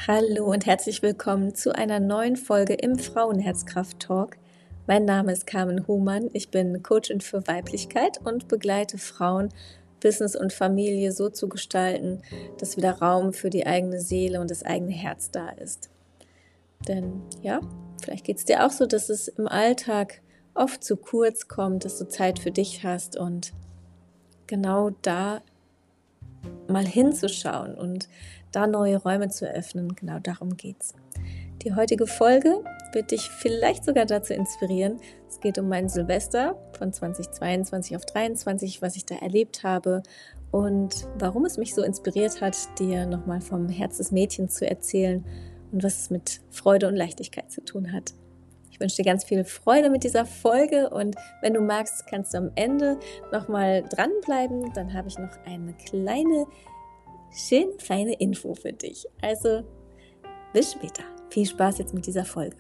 Hallo und herzlich willkommen zu einer neuen Folge im Frauenherzkraft-Talk. Mein Name ist Carmen Humann, ich bin Coachin für Weiblichkeit und begleite Frauen, Business und Familie so zu gestalten, dass wieder Raum für die eigene Seele und das eigene Herz da ist. Denn ja, vielleicht geht es dir auch so, dass es im Alltag oft zu kurz kommt, dass du Zeit für dich hast und genau da mal hinzuschauen und da neue Räume zu eröffnen. Genau darum geht's. Die heutige Folge wird dich vielleicht sogar dazu inspirieren. Es geht um mein Silvester von 2022 auf 2023, was ich da erlebt habe und warum es mich so inspiriert hat, dir nochmal vom Herz des Mädchens zu erzählen und was es mit Freude und Leichtigkeit zu tun hat. Ich wünsche dir ganz viel Freude mit dieser Folge und wenn du magst, kannst du am Ende nochmal dranbleiben. Dann habe ich noch eine schöne kleine Info für dich. Also bis später. Viel Spaß jetzt mit dieser Folge.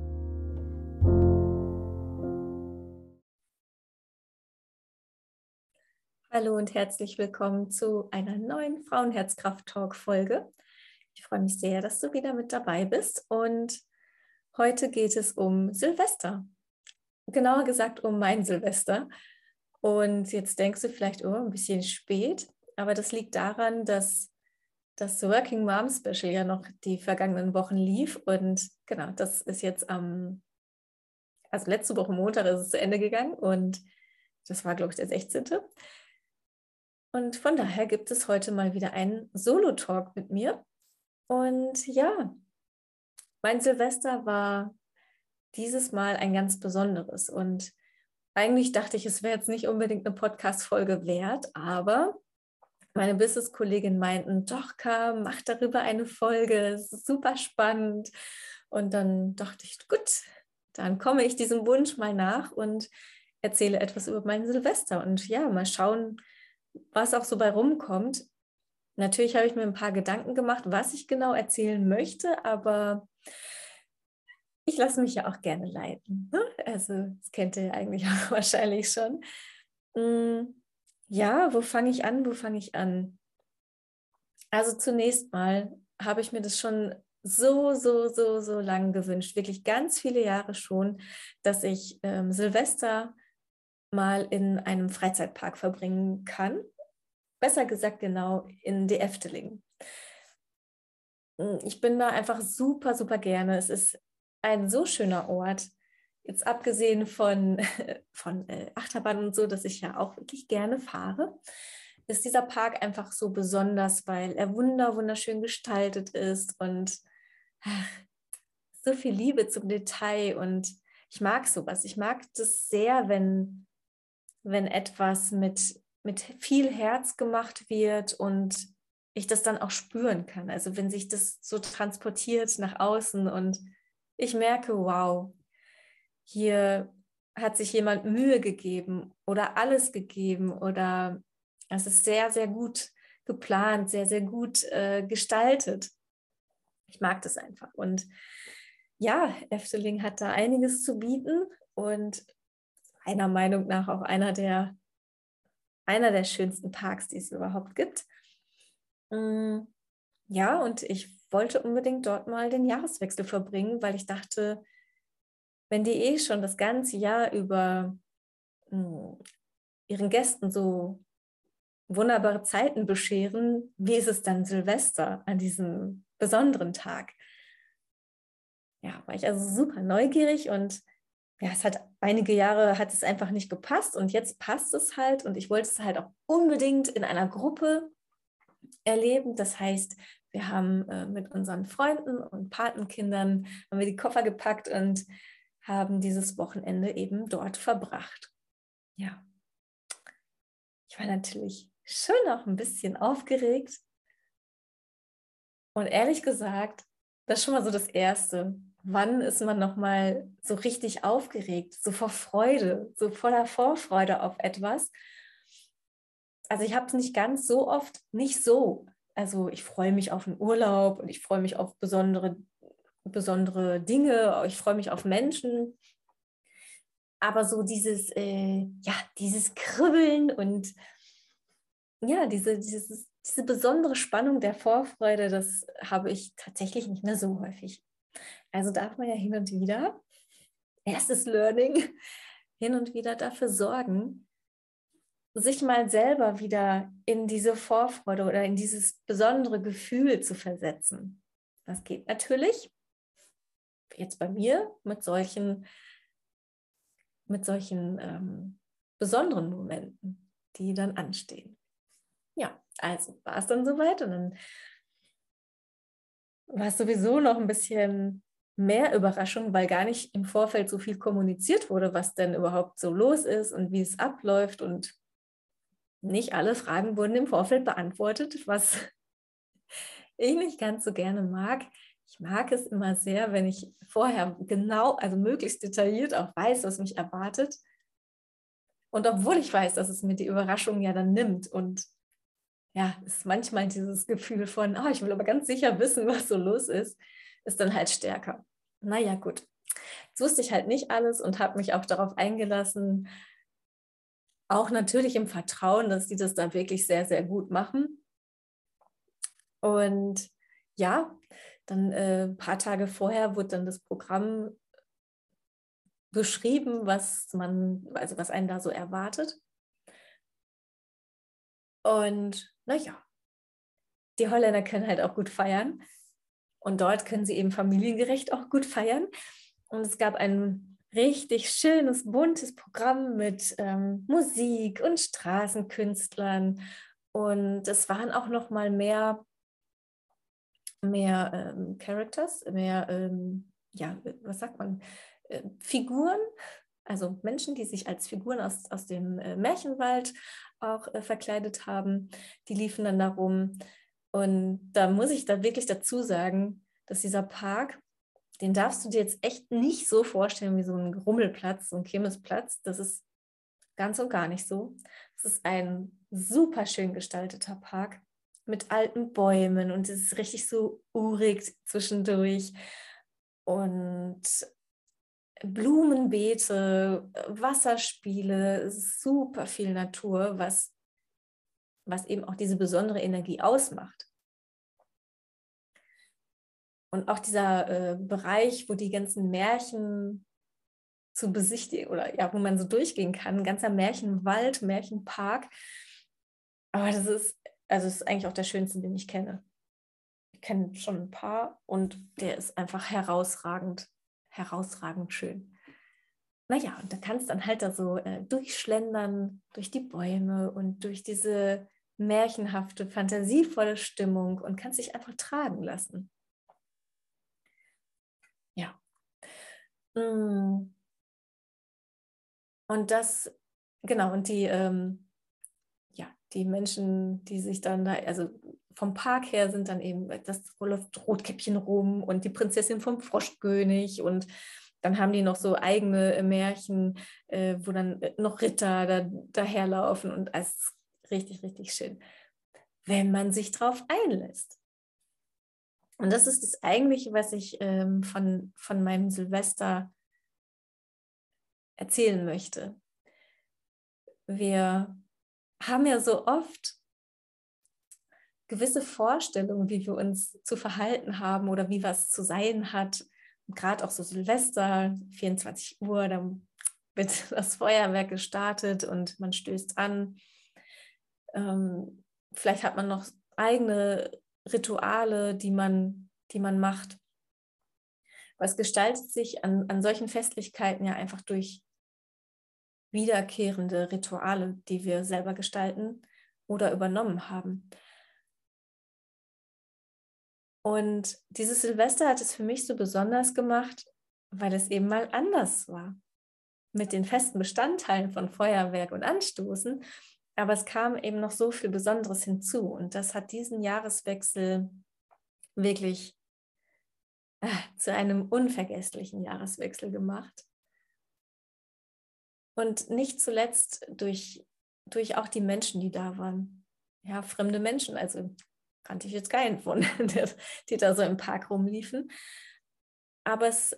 Hallo und herzlich willkommen zu einer neuen Frauenherzkraft-Talk-Folge. Ich freue mich sehr, dass du wieder mit dabei bist und heute geht es um Silvester. Genauer gesagt um mein Silvester. Und jetzt denkst du vielleicht, oh, ein bisschen spät, aber das liegt daran, dass das Working Mom Special ja noch die vergangenen Wochen lief und genau, das ist jetzt also letzte Woche Montag ist es zu Ende gegangen und das war, glaube ich, der 16. Und von daher gibt es heute mal wieder einen Solo-Talk mit mir. Und ja, mein Silvester war dieses Mal ein ganz besonderes. Und eigentlich dachte ich, es wäre jetzt nicht unbedingt eine Podcast-Folge wert, aber meine Business-Kolleginnen meinten, doch, Carmen, mach darüber eine Folge, es ist super spannend. Und dann dachte ich, gut, dann komme ich diesem Wunsch mal nach und erzähle etwas über mein Silvester. Und ja, mal schauen, was auch so bei rumkommt. Natürlich habe ich mir ein paar Gedanken gemacht, was ich genau erzählen möchte, aber ich lasse mich ja auch gerne leiten. Ne? Also, das kennt ihr ja eigentlich auch wahrscheinlich schon. Ja, wo fange ich an? Wo fange ich an? Also zunächst mal habe ich mir das schon so lang gewünscht, wirklich ganz viele Jahre schon, dass ich Silvester mal in einem Freizeitpark verbringen kann. Besser gesagt genau in die Efteling. Ich bin da einfach super gerne. Es ist ein so schöner Ort. Jetzt abgesehen von Achterbahn und so, dass ich ja auch wirklich gerne fahre, ist dieser Park einfach so besonders, weil er wunderschön gestaltet ist und ach, so viel Liebe zum Detail und ich mag sowas. Ich mag das sehr, wenn etwas mit viel Herz gemacht wird und ich das dann auch spüren kann. Also wenn sich das so transportiert nach außen und ich merke, wow, hier hat sich jemand Mühe gegeben oder alles gegeben oder es ist sehr gut geplant, sehr gut gestaltet. Ich mag das einfach. Und ja, Efteling hat da einiges zu bieten und meiner Meinung nach auch einer der schönsten Parks, die es überhaupt gibt. Ja, und ich wollte unbedingt dort mal den Jahreswechsel verbringen, weil ich dachte, wenn die schon das ganze Jahr über ihren Gästen so wunderbare Zeiten bescheren, wie ist es dann Silvester an diesem besonderen Tag? Ja, war ich also super neugierig und ja, es hat einige Jahre hat es einfach nicht gepasst und jetzt passt es halt und ich wollte es halt auch unbedingt in einer Gruppe erleben. Das heißt, wir haben mit unseren Freunden und Patenkindern haben wir die Koffer gepackt und haben dieses Wochenende eben dort verbracht. Ja, ich war natürlich schon noch ein bisschen aufgeregt und ehrlich gesagt, das ist schon mal so das Erste. Wann ist man noch mal so richtig aufgeregt, so vor Freude, so voller Vorfreude auf etwas? Also ich habe es nicht ganz so oft, nicht so. Also ich freue mich auf einen Urlaub und ich freue mich auf besondere Dinge, ich freue mich auf Menschen. Aber so dieses Kribbeln und ja, diese besondere Spannung der Vorfreude, das habe ich tatsächlich nicht mehr so häufig. Also darf man ja hin und wieder, erstes Learning, hin und wieder dafür sorgen, sich mal selber wieder in diese Vorfreude oder in dieses besondere Gefühl zu versetzen. Das geht natürlich jetzt bei mir mit solchen besonderen Momenten, die dann anstehen. Ja, also war es dann soweit und dann war es sowieso noch ein bisschen mehr Überraschung, weil gar nicht im Vorfeld so viel kommuniziert wurde, was denn überhaupt so los ist und wie es abläuft, und nicht alle Fragen wurden im Vorfeld beantwortet, was ich nicht ganz so gerne mag. Ich mag es immer sehr, wenn ich vorher genau, also möglichst detailliert auch weiß, was mich erwartet. Und obwohl ich weiß, dass es mir die Überraschung ja dann nimmt, und ja, ist manchmal dieses Gefühl von, oh, ich will aber ganz sicher wissen, was so los ist dann halt stärker. Naja, gut. Jetzt wusste ich halt nicht alles und habe mich auch darauf eingelassen, auch natürlich im Vertrauen, dass die das da wirklich sehr, sehr gut machen. Und ja, dann ein paar Tage vorher wurde dann das Programm beschrieben, was einen da so erwartet. Und naja, die Holländer können halt auch gut feiern. Und dort können sie eben familiengerecht auch gut feiern. Und es gab ein richtig schönes, buntes Programm mit Musik und Straßenkünstlern. Und es waren auch noch mal mehr Characters, ja, was sagt man, Figuren, also Menschen, die sich als Figuren aus dem Märchenwald auch verkleidet haben. Die liefen dann da rum. Und da muss ich da wirklich dazu sagen, dass dieser Park, den darfst du dir jetzt echt nicht so vorstellen wie so ein Rummelplatz, so ein Kirmesplatz. Das ist ganz und gar nicht so. Es ist ein super schön gestalteter Park mit alten Bäumen und es ist richtig so urig zwischendurch und Blumenbeete, Wasserspiele, super viel Natur, was eben auch diese besondere Energie ausmacht. Und auch dieser Bereich, wo die ganzen Märchen zu besichtigen oder ja, wo man so durchgehen kann, ein ganzer Märchenwald, Märchenpark. Aber das ist eigentlich auch der schönste, den ich kenne. Ich kenne schon ein paar und der ist einfach herausragend, herausragend schön. Naja, und da kannst dann halt da so durchschlendern, durch die Bäume und durch diese märchenhafte, fantasievolle Stimmung und kannst dich einfach tragen lassen. Ja. Und das, genau, und die Menschen, die sich dann da, also vom Park her sind dann eben, das läuft Rotkäppchen rum und die Prinzessin vom Froschkönig, und dann haben die noch so eigene Märchen, wo dann noch Ritter daherlaufen, und es ist richtig, richtig schön, wenn man sich drauf einlässt. Und das ist das Eigentliche, was ich von meinem Silvester erzählen möchte. Wir haben ja so oft gewisse Vorstellungen, wie wir uns zu verhalten haben oder wie was zu sein hat. Gerade auch so Silvester, 24 Uhr, dann wird das Feuerwerk gestartet und man stößt an. Vielleicht hat man noch eigene Rituale, die man macht. Aber es gestaltet sich an solchen Festlichkeiten ja einfach durch wiederkehrende Rituale, die wir selber gestalten oder übernommen haben. Und dieses Silvester hat es für mich so besonders gemacht, weil es eben mal anders war. Mit den festen Bestandteilen von Feuerwerk und Anstoßen. Aber es kam eben noch so viel Besonderes hinzu. Und das hat diesen Jahreswechsel wirklich zu einem unvergesslichen Jahreswechsel gemacht. Und nicht zuletzt durch auch die Menschen, die da waren. Ja, fremde Menschen, also kannte ich jetzt keinen von, die da so im Park rumliefen. Aber es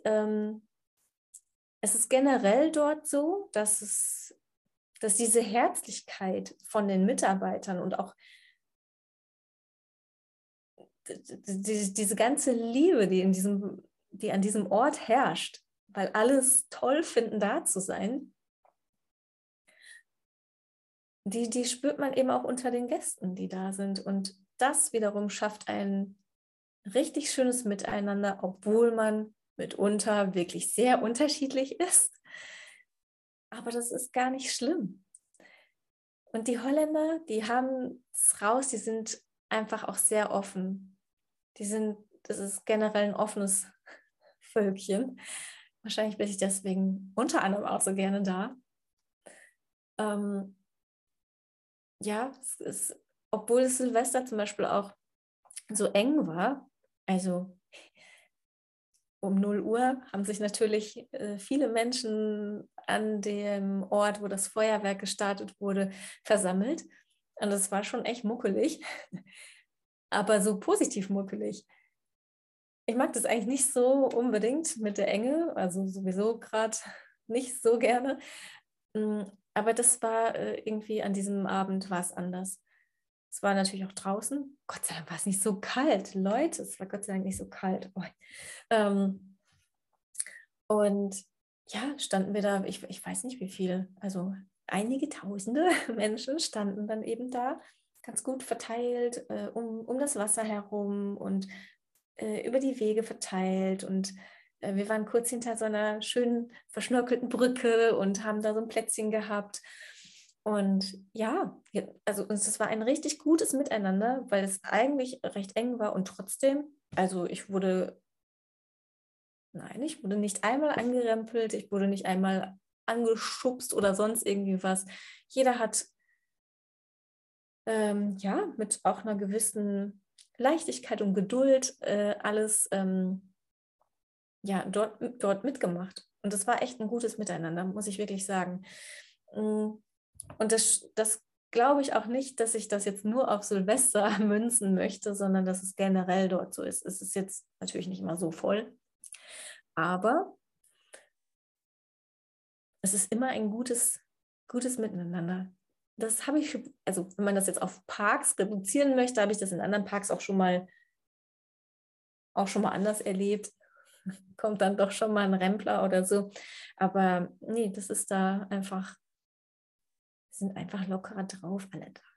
ist generell dort so, dass diese Herzlichkeit von den Mitarbeitern und auch diese ganze Liebe, die an diesem Ort herrscht, weil alles toll finden, da zu sein, die spürt man eben auch unter den Gästen, die da sind. Und das wiederum schafft ein richtig schönes Miteinander, obwohl man mitunter wirklich sehr unterschiedlich ist. Aber das ist gar nicht schlimm. Und die Holländer, die haben es raus, die sind einfach auch sehr offen. Das ist generell ein offenes Völkchen. Wahrscheinlich bin ich deswegen unter anderem auch so gerne da. Ja, obwohl es Silvester zum Beispiel auch so eng war, also um 0 Uhr haben sich natürlich viele Menschen an dem Ort, wo das Feuerwerk gestartet wurde, versammelt. Und es war schon echt muckelig, aber so positiv muckelig. Ich mag das eigentlich nicht so unbedingt mit der Enge, also sowieso gerade nicht so gerne. Aber das war irgendwie an diesem Abend war es anders. Es war natürlich auch draußen. Gott sei Dank war es nicht so kalt. Leute, es war Gott sei Dank nicht so kalt. Oh. Und ja, standen wir da, ich weiß nicht wie viel, also einige tausende Menschen standen dann eben da, ganz gut verteilt um das Wasser herum und über die Wege verteilt. Und wir waren kurz hinter so einer schönen verschnörkelten Brücke und haben da so ein Plätzchen gehabt. Und ja, also es war ein richtig gutes Miteinander, weil es eigentlich recht eng war und trotzdem, also ich wurde nicht einmal angerempelt, ich wurde nicht einmal angeschubst oder sonst irgendwie was. Jeder hat ja mit auch einer gewissen Leichtigkeit und Geduld alles ja, dort mitgemacht. Und das war echt ein gutes Miteinander, muss ich wirklich sagen. Und das glaube ich auch nicht, dass ich das jetzt nur auf Silvester münzen möchte, sondern dass es generell dort so ist. Es ist jetzt natürlich nicht immer so voll, aber es ist immer ein gutes Miteinander. Das habe ich, also wenn man das jetzt auf Parks reduzieren möchte, habe ich das in anderen Parks auch schon mal anders erlebt. Kommt dann doch schon mal ein Rempler oder so. Aber nee, das ist da einfach, sind einfach lockerer drauf alle da.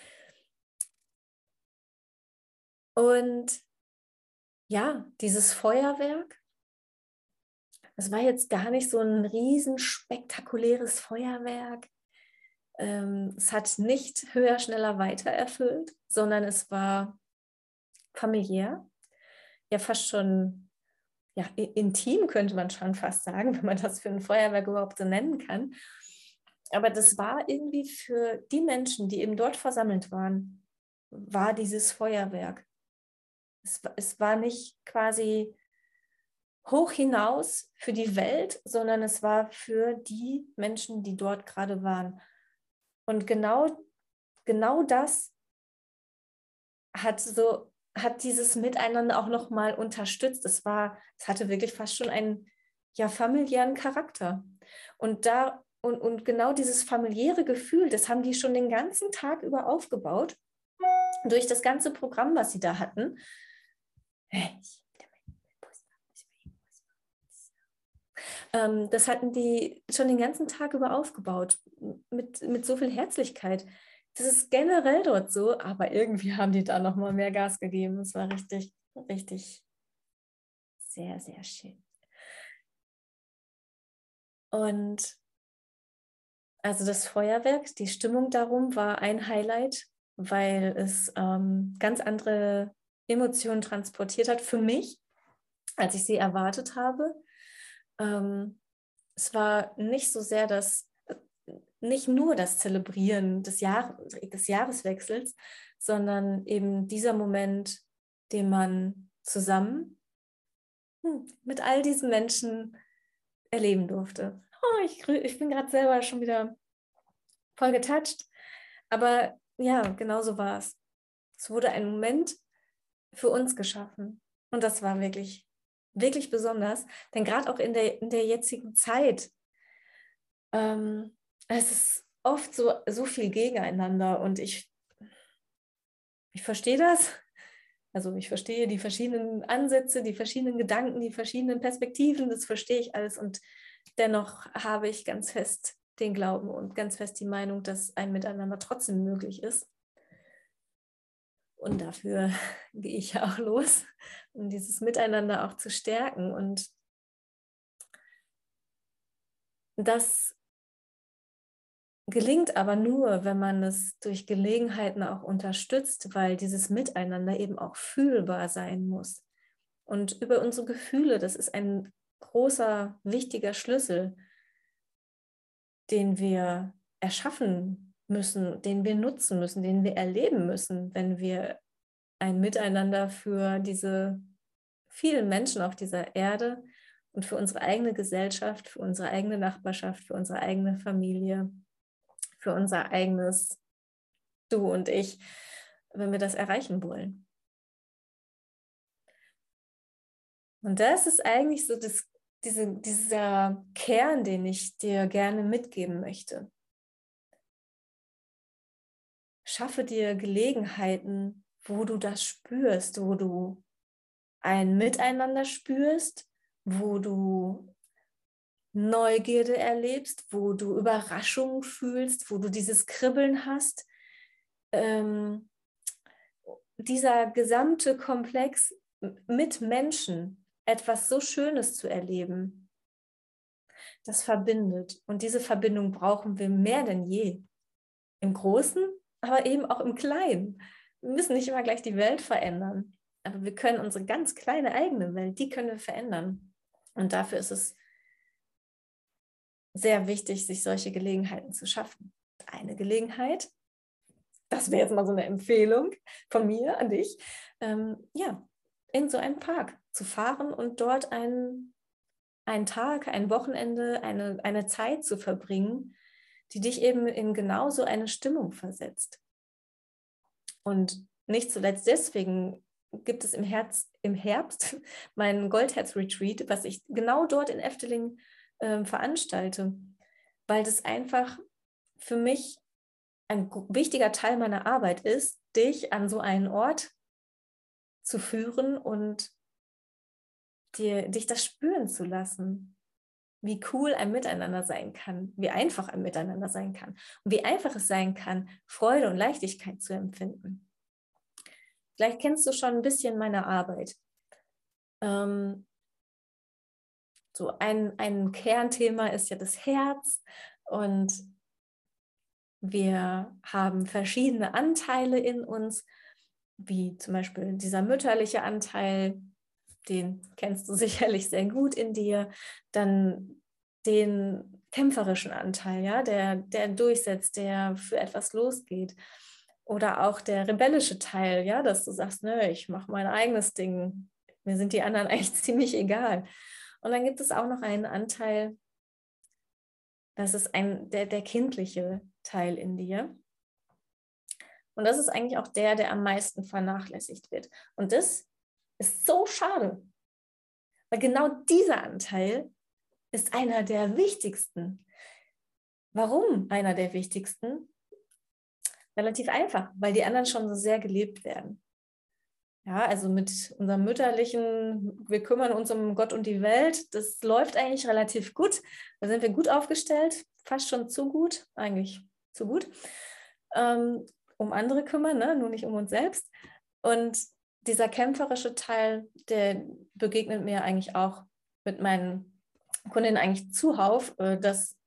Und ja, dieses Feuerwerk, das war jetzt gar nicht so ein riesen spektakuläres Feuerwerk. Es hat nicht höher, schneller, weiter erfüllt, sondern es war familiär, ja fast schon ja, intim könnte man schon fast sagen, wenn man das für ein Feuerwerk überhaupt so nennen kann. Aber das war irgendwie für die Menschen, die eben dort versammelt waren, war dieses Feuerwerk. Es war nicht quasi hoch hinaus für die Welt, sondern es war für die Menschen, die dort gerade waren. Und genau das hat dieses Miteinander auch nochmal unterstützt. Es hatte wirklich fast schon einen ja, familiären Charakter. Und genau dieses familiäre Gefühl, das haben die schon den ganzen Tag über aufgebaut, durch das ganze Programm, was sie da hatten. Das hatten die schon den ganzen Tag über aufgebaut, mit so viel Herzlichkeit. Das ist generell dort so, aber irgendwie haben die da nochmal mehr Gas gegeben. Es war richtig, richtig sehr, sehr schön. Und also das Feuerwerk, die Stimmung darum war ein Highlight, weil es ganz andere Emotionen transportiert hat für mich, als ich sie erwartet habe. Es war nicht so sehr nicht nur das Zelebrieren des Jahreswechsels, sondern eben dieser Moment, den man zusammen mit all diesen Menschen erleben durfte. Oh, ich bin gerade selber schon wieder voll getoucht. Aber ja, genau so war es. Es wurde ein Moment für uns geschaffen. Und das war wirklich, wirklich besonders. Denn gerade auch in der jetzigen Zeit, es ist oft so viel gegeneinander. Und ich verstehe das. Also ich verstehe die verschiedenen Ansätze, die verschiedenen Gedanken, die verschiedenen Perspektiven, das verstehe ich alles. Und dennoch habe ich ganz fest den Glauben und ganz fest die Meinung, dass ein Miteinander trotzdem möglich ist. Und dafür gehe ich ja auch los, um dieses Miteinander auch zu stärken. Und das gelingt aber nur, wenn man es durch Gelegenheiten auch unterstützt, weil dieses Miteinander eben auch fühlbar sein muss. Und über unsere Gefühle, das ist ein großer, wichtiger Schlüssel, den wir erschaffen müssen, den wir nutzen müssen, den wir erleben müssen, wenn wir ein Miteinander für diese vielen Menschen auf dieser Erde und für unsere eigene Gesellschaft, für unsere eigene Nachbarschaft, für unsere eigene Familie, für unser eigenes Du und ich, wenn wir das erreichen wollen. Und das ist eigentlich so dieser Kern, den ich dir gerne mitgeben möchte. Schaffe dir Gelegenheiten, wo du das spürst, wo du ein Miteinander spürst, wo du Neugierde erlebst, wo du Überraschung fühlst, wo du dieses Kribbeln hast. Dieser gesamte Komplex mit Menschen, etwas so Schönes zu erleben, das verbindet. Und diese Verbindung brauchen wir mehr denn je. Im Großen, aber eben auch im Kleinen. Wir müssen nicht immer gleich die Welt verändern, aber wir können unsere ganz kleine eigene Welt, die können wir verändern. Und dafür ist es sehr wichtig, sich solche Gelegenheiten zu schaffen. Eine Gelegenheit, das wäre jetzt mal so eine Empfehlung von mir an dich, ja, in so einen Park zu fahren und dort einen Tag, ein Wochenende, eine Zeit zu verbringen, die dich eben in genau so eine Stimmung versetzt. Und nicht zuletzt deswegen gibt es im Herbst meinen Goldherz-Retreat, was ich genau dort in Efteling veranstalte, weil das einfach für mich ein wichtiger Teil meiner Arbeit ist, dich an so einen Ort zu führen und dich das spüren zu lassen, wie cool ein Miteinander sein kann, wie einfach ein Miteinander sein kann und wie einfach es sein kann, Freude und Leichtigkeit zu empfinden. Vielleicht kennst du schon ein bisschen meine Arbeit. So ein Kernthema ist ja das Herz und wir haben verschiedene Anteile in uns, wie zum Beispiel dieser mütterliche Anteil, den kennst du sicherlich sehr gut in dir, dann den kämpferischen Anteil, ja, der durchsetzt, der für etwas losgeht. Oder auch der rebellische Teil, ja, dass du sagst, ne, ich mache mein eigenes Ding, mir sind die anderen eigentlich ziemlich egal. Und dann gibt es auch noch einen Anteil, das ist der kindliche Teil in dir. Und das ist eigentlich auch der am meisten vernachlässigt wird. Und das ist so schade, weil genau dieser Anteil ist einer der wichtigsten. Warum einer der wichtigsten? Relativ einfach, weil die anderen schon so sehr gelebt werden. Ja, also mit unserem mütterlichen, wir kümmern uns um Gott und die Welt, das läuft eigentlich relativ gut. Da sind wir gut aufgestellt, fast schon zu gut, eigentlich zu gut. Um andere kümmern, ne? Nur nicht um uns selbst. Und dieser kämpferische Teil, der begegnet mir eigentlich auch mit meinen Kundinnen eigentlich zuhauf, dass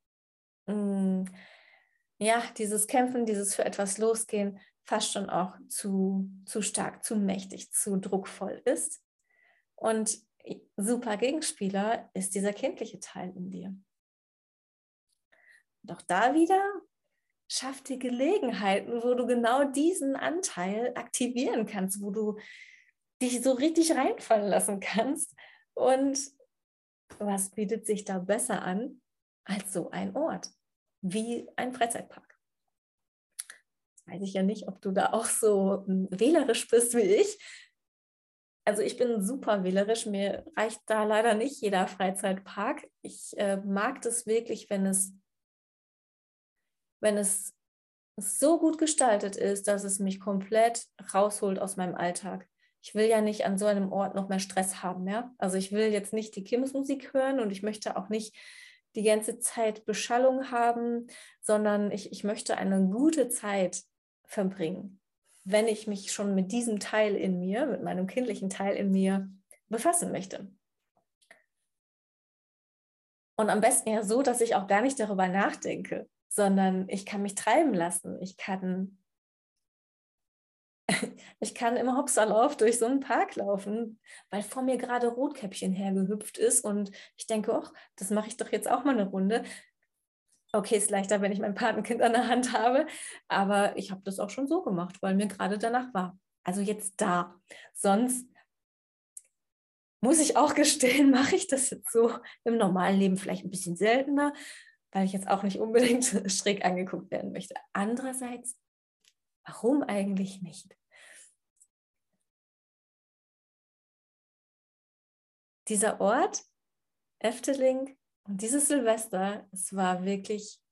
ja, dieses Kämpfen, dieses für etwas losgehen, fast schon auch zu stark, zu mächtig, zu druckvoll ist. Und super Gegenspieler ist dieser kindliche Teil in dir. Und auch da wieder, schaff dir Gelegenheiten, wo du genau diesen Anteil aktivieren kannst, wo du dich so richtig reinfallen lassen kannst. Und was bietet sich da besser an als so ein Ort, wie ein Freizeitpark? Weiß ich ja nicht, ob du da auch so wählerisch bist wie ich. Also ich bin super wählerisch, mir reicht da leider nicht jeder Freizeitpark. Ich mag das wirklich, wenn es so gut gestaltet ist, dass es mich komplett rausholt aus meinem Alltag. ich will ja nicht an so einem Ort noch mehr Stress haben. Ja? Also ich will jetzt nicht die Kirmesmusik hören und ich möchte auch nicht die ganze Zeit Beschallung haben, sondern ich möchte eine gute Zeit verbringen, wenn ich mich schon mit diesem Teil in mir, mit meinem kindlichen Teil in mir befassen möchte. Und am besten ja so, dass ich auch gar nicht darüber nachdenke, sondern ich kann mich treiben lassen. Ich kann im Hopsalauf durch so einen Park laufen, weil vor mir gerade Rotkäppchen hergehüpft ist und ich denke, ach, das mache ich doch jetzt auch mal eine Runde. Okay, ist leichter, wenn ich mein Patenkind an der Hand habe, aber ich habe das auch schon so gemacht, weil mir gerade danach war. Also jetzt da. Sonst muss ich auch gestehen, mache ich das jetzt so im normalen Leben vielleicht ein bisschen seltener, weil ich jetzt auch nicht unbedingt schräg angeguckt werden möchte. Andererseits, warum eigentlich nicht? Dieser Ort, Efteling und dieses Silvester, es war wirklich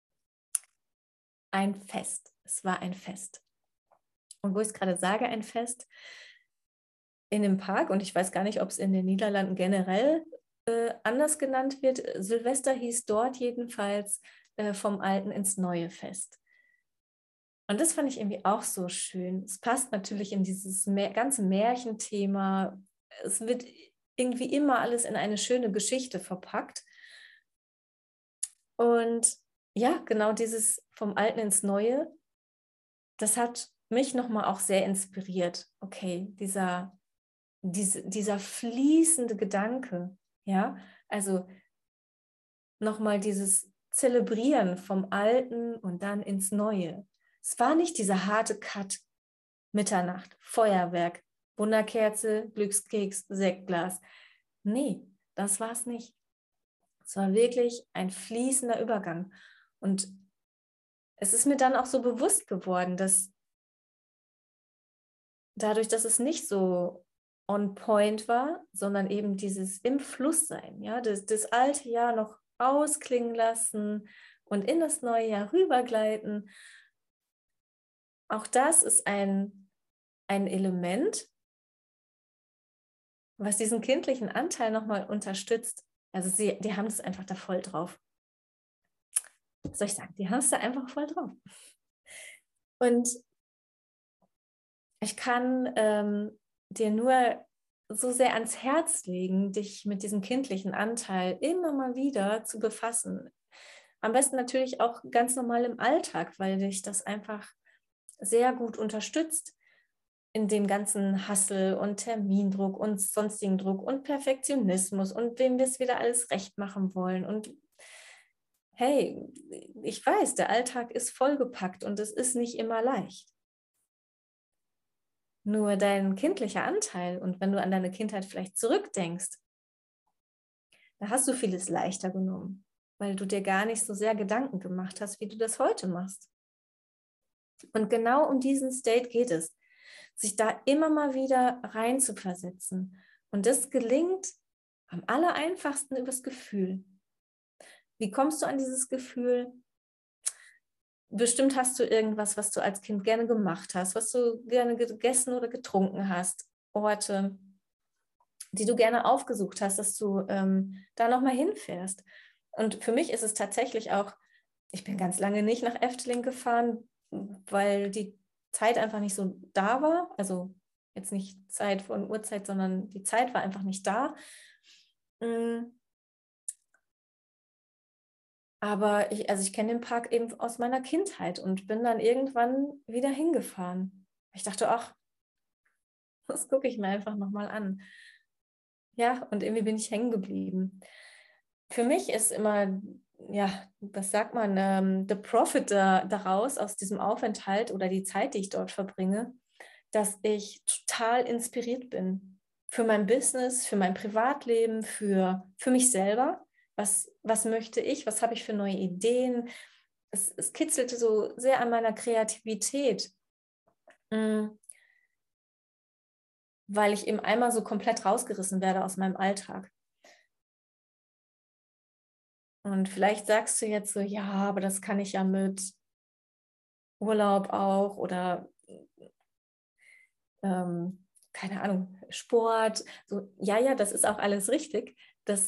ein Fest. Es war ein Fest. Und wo ich es gerade sage, ein Fest, in dem Park, und ich weiß gar nicht, ob es in den Niederlanden generell anders genannt wird. Silvester hieß dort jedenfalls vom Alten ins Neue Fest. Und das fand ich irgendwie auch so schön. Es passt natürlich in dieses ganze Märchenthema. Es wird irgendwie immer alles in eine schöne Geschichte verpackt. Und ja, genau dieses vom Alten ins Neue, das hat mich nochmal auch sehr inspiriert. Okay, dieser fließende Gedanke, ja, also nochmal dieses Zelebrieren vom Alten und dann ins Neue. Es war nicht dieser harte Cut, Mitternacht, Feuerwerk, Wunderkerze, Glückskeks, Sektglas. Nee, das war es nicht. Es war wirklich ein fließender Übergang. Und es ist mir dann auch so bewusst geworden, dass dadurch, dass es nicht so on point war, sondern eben dieses im Fluss sein, ja, das alte Jahr noch ausklingen lassen und in das neue Jahr rübergleiten. Auch das ist ein Element, was diesen kindlichen Anteil nochmal unterstützt. Also die haben es einfach da voll drauf. Was soll ich sagen? Die haben es da einfach voll drauf. Und ich kann dir nur so sehr ans Herz legen, dich mit diesem kindlichen Anteil immer mal wieder zu befassen. Am besten natürlich auch ganz normal im Alltag, weil dich das einfach sehr gut unterstützt in dem ganzen Hassel und Termindruck und sonstigen Druck und Perfektionismus und wem wir es wieder alles recht machen wollen. Und hey, ich weiß, der Alltag ist vollgepackt und es ist nicht immer leicht. Nur dein kindlicher Anteil, und wenn du an deine Kindheit vielleicht zurückdenkst, da hast du vieles leichter genommen, weil du dir gar nicht so sehr Gedanken gemacht hast, wie du das heute machst. Und genau um diesen State geht es, sich da immer mal wieder rein zu versetzen. Und das gelingt am allereinfachsten übers Gefühl. Wie kommst du an dieses Gefühl? Bestimmt hast du irgendwas, was du als Kind gerne gemacht hast, was du gerne gegessen oder getrunken hast, Orte, die du gerne aufgesucht hast, dass du da nochmal hinfährst. Und für mich ist es tatsächlich auch, ich bin ganz lange nicht nach Efteling gefahren, weil die Zeit einfach nicht so da war. Also jetzt nicht Zeit von Uhrzeit, sondern die Zeit war einfach nicht da. Aber ich kenne den Park eben aus meiner Kindheit und bin dann irgendwann wieder hingefahren. Ich dachte, ach, das gucke ich mir einfach nochmal an. Ja, und irgendwie bin ich hängen geblieben. Für mich ist immer, ja, was sagt man, the profit daraus, aus diesem Aufenthalt oder die Zeit, die ich dort verbringe, dass ich total inspiriert bin. Für mein Business, für mein Privatleben, für mich selber. Was möchte ich? Was habe ich für neue Ideen? Es kitzelte so sehr an meiner Kreativität, weil ich eben einmal so komplett rausgerissen werde aus meinem Alltag. Und vielleicht sagst du jetzt so, ja, aber das kann ich ja mit Urlaub auch oder keine Ahnung, Sport, so, ja, das ist auch alles richtig.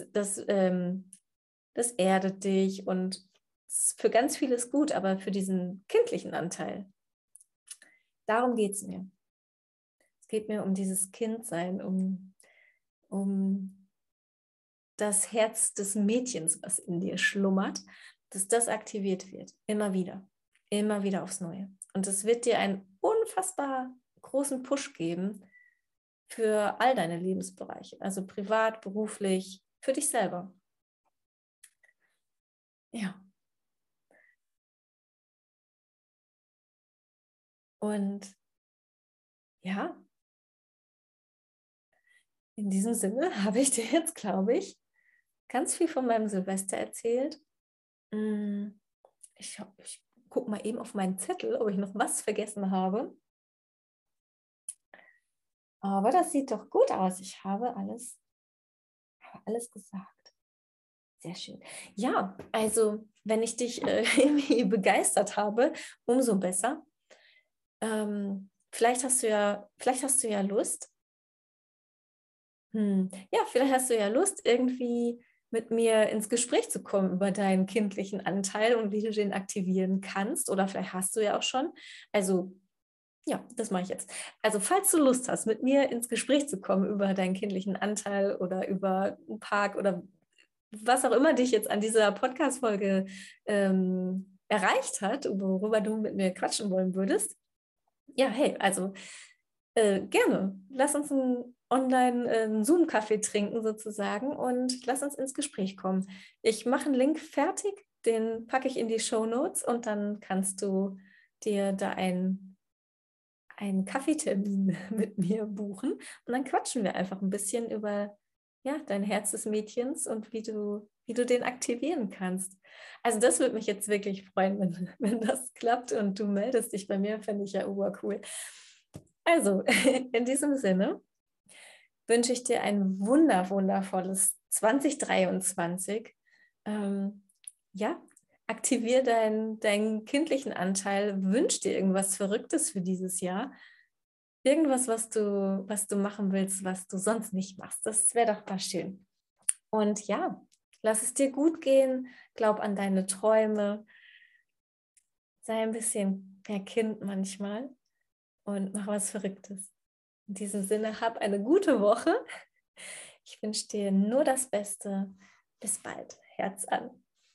Das erdet dich und ist für ganz vieles gut, aber für diesen kindlichen Anteil, darum geht es mir. Es geht mir um dieses Kindsein, um das Herz des Mädchens, was in dir schlummert, dass das aktiviert wird, immer wieder aufs Neue. Und es wird dir einen unfassbar großen Push geben für all deine Lebensbereiche, also privat, beruflich, für dich selber. Ja. Und ja, in diesem Sinne habe ich dir jetzt, glaube ich, ganz viel von meinem Silvester erzählt. Ich gucke mal eben auf meinen Zettel, ob ich noch was vergessen habe. Aber das sieht doch gut aus. Ich habe alles gesagt. Sehr schön. Ja, also wenn ich dich irgendwie begeistert habe, umso besser. Vielleicht hast du ja Lust. Ja, vielleicht hast du ja Lust, irgendwie mit mir ins Gespräch zu kommen über deinen kindlichen Anteil und wie du den aktivieren kannst. Oder vielleicht hast du ja auch schon. Also ja, das mache ich jetzt. Also falls du Lust hast, mit mir ins Gespräch zu kommen über deinen kindlichen Anteil oder über einen Park oder was auch immer dich jetzt an dieser Podcast-Folge erreicht hat, worüber du mit mir quatschen wollen würdest, ja, hey, also gerne. Lass uns einen Online-Zoom-Kaffee trinken sozusagen und lass uns ins Gespräch kommen. Ich mache einen Link fertig, den packe ich in die Shownotes und dann kannst du dir da einen Kaffeetermin mit mir buchen und dann quatschen wir einfach ein bisschen über ja, dein Herz des Mädchens und wie du den aktivieren kannst. Also das würde mich jetzt wirklich freuen, wenn das klappt und du meldest dich bei mir, fände ich ja cool. Also in diesem Sinne wünsche ich dir ein wundervolles 2023. Ja, aktivier deinen kindlichen Anteil, wünsch dir irgendwas Verrücktes für dieses Jahr. Irgendwas, was du machen willst, was du sonst nicht machst. Das wäre doch mal schön. Und ja, lass es dir gut gehen, glaub an deine Träume, sei ein bisschen mehr Kind manchmal und mach was Verrücktes. In diesem Sinne, hab eine gute Woche. Ich wünsche dir nur das Beste. Bis bald. Herz an.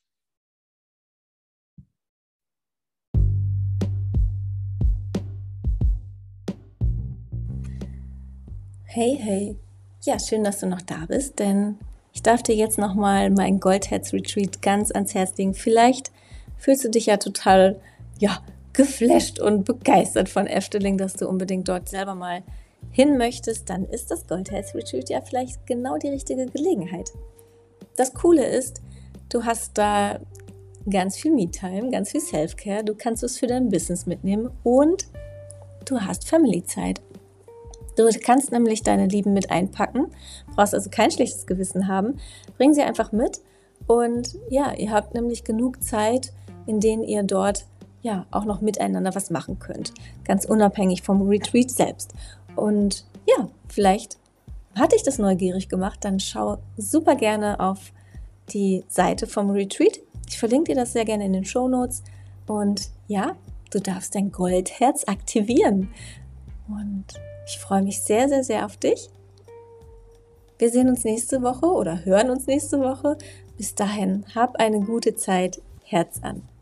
Hey. Ja, schön, dass du noch da bist, denn ich darf dir jetzt nochmal mein Goldherz-Retreat ganz ans Herz legen. Vielleicht fühlst du dich ja total, geflasht und begeistert von Efteling, dass du unbedingt dort selber mal hin möchtest. Dann ist das Goldherz-Retreat ja vielleicht genau die richtige Gelegenheit. Das Coole ist, du hast da ganz viel Me-Time, ganz viel Self-Care. Du kannst es für dein Business mitnehmen und du hast Family-Zeit. Du kannst nämlich deine Lieben mit einpacken, brauchst also kein schlechtes Gewissen haben. Bring sie einfach mit und ja, ihr habt nämlich genug Zeit, in denen ihr dort ja auch noch miteinander was machen könnt. Ganz unabhängig vom Retreat selbst. Und ja, vielleicht hat dich das neugierig gemacht, dann schau super gerne auf die Seite vom Retreat. Ich verlinke dir das sehr gerne in den Shownotes. Und ja, du darfst dein Goldherz aktivieren. Und ich freue mich sehr auf dich. Wir sehen uns nächste Woche oder hören uns nächste Woche. Bis dahin, hab eine gute Zeit. Herz an.